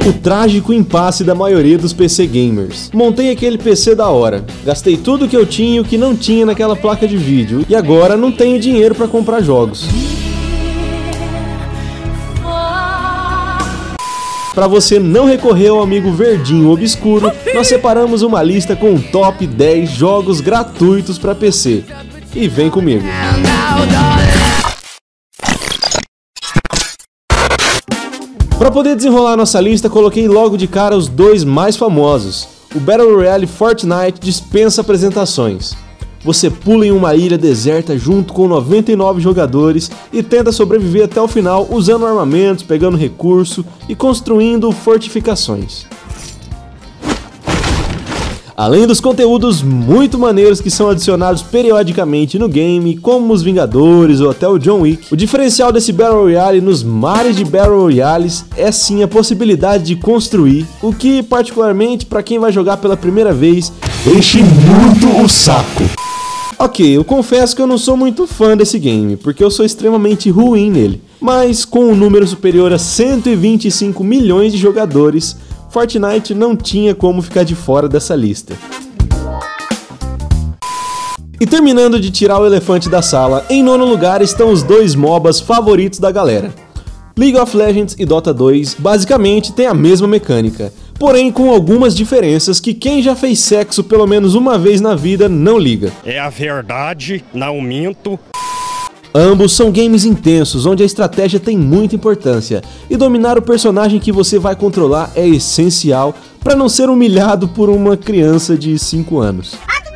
O trágico impasse da maioria dos PC gamers. Montei aquele PC da hora, gastei tudo que eu tinha e o que não tinha naquela placa de vídeo, e agora não tenho dinheiro para comprar jogos. Para você não recorrer ao amigo verdinho obscuro, nós separamos uma lista com top 10 jogos gratuitos para PC. E vem comigo. Para poder desenrolar nossa lista, coloquei logo de cara os dois mais famosos. O Battle Royale Fortnite dispensa apresentações. Você pula em uma ilha deserta junto com 99 jogadores e tenta sobreviver até o final usando armamentos, pegando recurso e construindo fortificações. Além dos conteúdos muito maneiros que são adicionados periodicamente no game, como os Vingadores ou até o John Wick, o diferencial desse Battle Royale nos mares de Battle Royales é sim a possibilidade de construir, o que particularmente para quem vai jogar pela primeira vez enche muito o saco. Ok, eu confesso que eu não sou muito fã desse game, porque eu sou extremamente ruim nele, mas com um número superior a 125 milhões de jogadores, Fortnite não tinha como ficar de fora dessa lista. E terminando de tirar o elefante da sala, em nono lugar estão os dois MOBAs favoritos da galera. League of Legends e Dota 2 basicamente têm a mesma mecânica, porém com algumas diferenças que quem já fez sexo pelo menos uma vez na vida não liga. É a verdade, não minto. Ambos são games intensos, onde a estratégia tem muita importância, e dominar o personagem que você vai controlar é essencial para não ser humilhado por uma criança de 5 anos.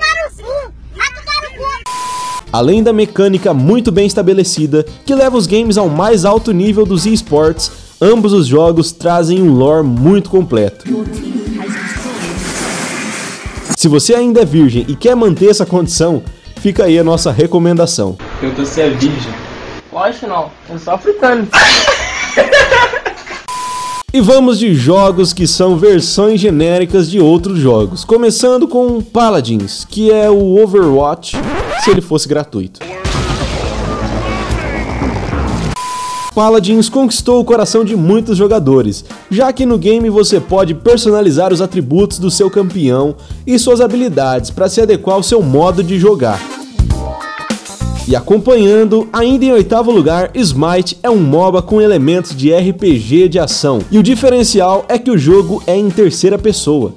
Além da mecânica muito bem estabelecida, que leva os games ao mais alto nível dos esportes, ambos os jogos trazem um lore muito completo. Se você ainda é virgem e quer manter essa condição, fica aí a nossa recomendação. Perguntou se é virgem. Lógico que não, eu sou africano. E vamos de jogos que são versões genéricas de outros jogos, começando com Paladins, que é o Overwatch, se ele fosse gratuito. Paladins conquistou o coração de muitos jogadores, já que no game você pode personalizar os atributos do seu campeão e suas habilidades para se adequar ao seu modo de jogar. E acompanhando, ainda em oitavo lugar, Smite é um MOBA com elementos de RPG de ação, e o diferencial é que o jogo é em terceira pessoa.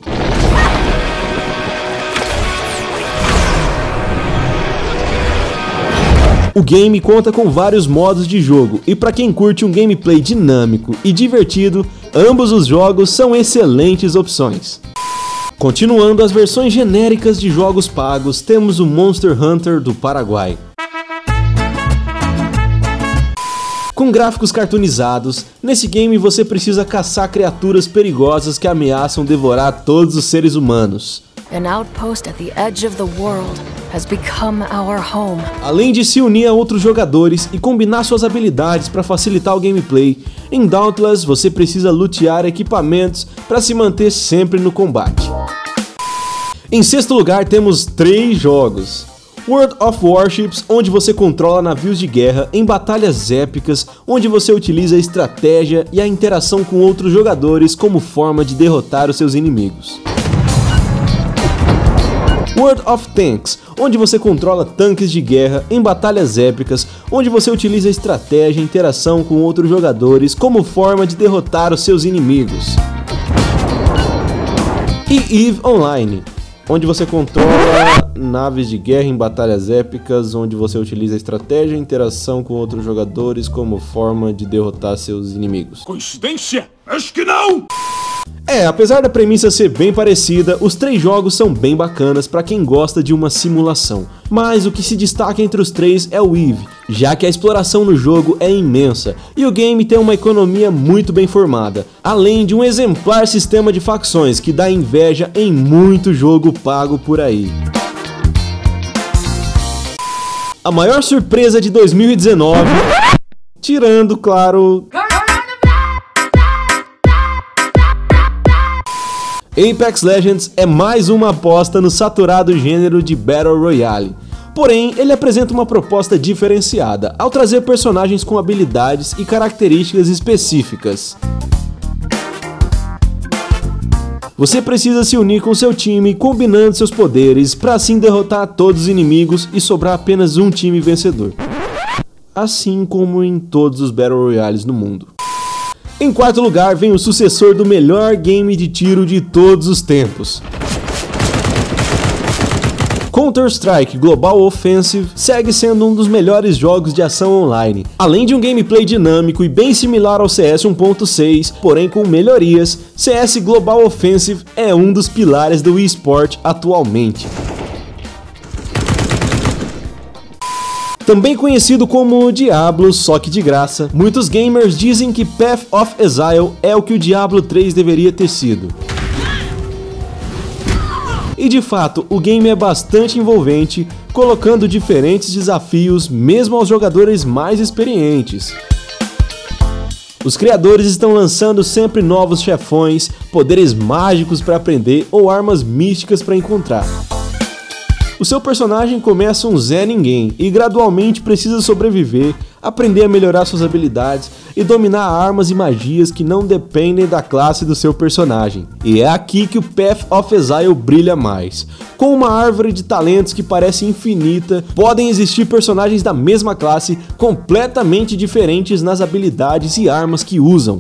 O game conta com vários modos de jogo, e para quem curte um gameplay dinâmico e divertido, ambos os jogos são excelentes opções. Continuando as versões genéricas de jogos pagos, temos o Monster Hunter do Paraguai. Com gráficos cartoonizados, nesse game você precisa caçar criaturas perigosas que ameaçam devorar todos os seres humanos. An outpost at the edge of the world has become our home. Além de se unir a outros jogadores e combinar suas habilidades para facilitar o gameplay, em Dauntless você precisa lutear equipamentos para se manter sempre no combate. Em sexto lugar temos 3 jogos. World of Warships, onde você controla navios de guerra em batalhas épicas, onde você utiliza a estratégia e a interação com outros jogadores como forma de derrotar os seus inimigos. World of Tanks, onde você controla tanques de guerra em batalhas épicas, onde você utiliza a estratégia e interação com outros jogadores como forma de derrotar os seus inimigos. E EVE Online, onde você controla naves de guerra em batalhas épicas, onde você utiliza a estratégia e interação com outros jogadores como forma de derrotar seus inimigos. Coincidência? Acho que não! Apesar da premissa ser bem parecida, os 3 jogos são bem bacanas para quem gosta de uma simulação. Mas o que se destaca entre os 3 é o EVE, já que a exploração no jogo é imensa e o game tem uma economia muito bem formada, além de um exemplar sistema de facções que dá inveja em muito jogo pago por aí. A maior surpresa de 2019, tirando, claro, Apex Legends é mais uma aposta no saturado gênero de Battle Royale. Porém, ele apresenta uma proposta diferenciada, ao trazer personagens com habilidades e características específicas. Você precisa se unir com seu time, combinando seus poderes, para assim derrotar todos os inimigos e sobrar apenas um time vencedor. Assim como em todos os Battle Royales no mundo. Em quarto lugar vem o sucessor do melhor game de tiro de todos os tempos. Counter-Strike Global Offensive segue sendo um dos melhores jogos de ação online. Além de um gameplay dinâmico e bem similar ao CS 1.6, porém com melhorias, CS Global Offensive é um dos pilares do eSport atualmente. Também conhecido como Diablo, só que de graça, muitos gamers dizem que Path of Exile é o que o Diablo 3 deveria ter sido. E de fato, o game é bastante envolvente, colocando diferentes desafios mesmo aos jogadores mais experientes. Os criadores estão lançando sempre novos chefões, poderes mágicos para aprender ou armas místicas para encontrar. O seu personagem começa um Zé Ninguém e gradualmente precisa sobreviver, aprender a melhorar suas habilidades e dominar armas e magias que não dependem da classe do seu personagem. E é aqui que o Path of Exile brilha mais. Com uma árvore de talentos que parece infinita, podem existir personagens da mesma classe completamente diferentes nas habilidades e armas que usam.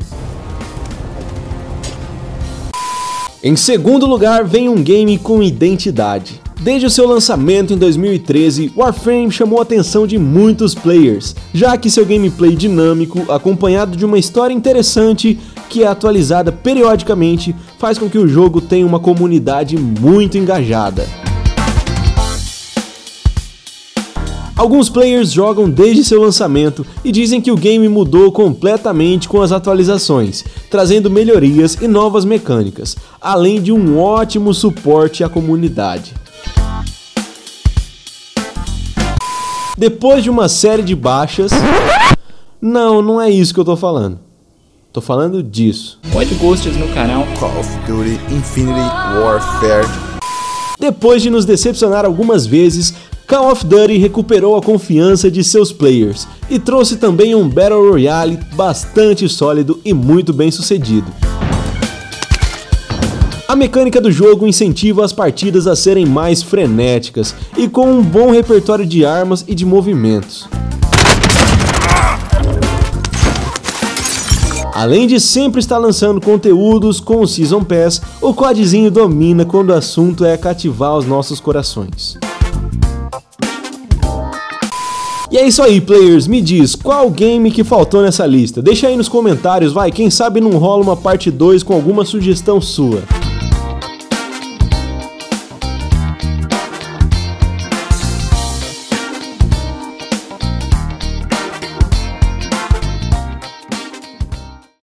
Em segundo lugar vem um game com identidade. Desde o seu lançamento em 2013, Warframe chamou a atenção de muitos players, já que seu gameplay dinâmico, acompanhado de uma história interessante que é atualizada periodicamente, faz com que o jogo tenha uma comunidade muito engajada. Alguns players jogam desde seu lançamento e dizem que o game mudou completamente com as atualizações, trazendo melhorias e novas mecânicas, além de um ótimo suporte à comunidade. Depois de uma série de baixas... Não é isso que eu tô falando. Tô falando disso. Pode gostos no canal Call of Duty Infinite Warfare. Depois de nos decepcionar algumas vezes, Call of Duty recuperou a confiança de seus players e trouxe também um Battle Royale bastante sólido e muito bem sucedido. A mecânica do jogo incentiva as partidas a serem mais frenéticas e com um bom repertório de armas e de movimentos. Além de sempre estar lançando conteúdos com o Season Pass, o CODzinho domina quando o assunto é cativar os nossos corações. E é isso aí, players, me diz, qual game que faltou nessa lista? Deixa aí nos comentários, vai, quem sabe não rola uma parte 2 com alguma sugestão sua.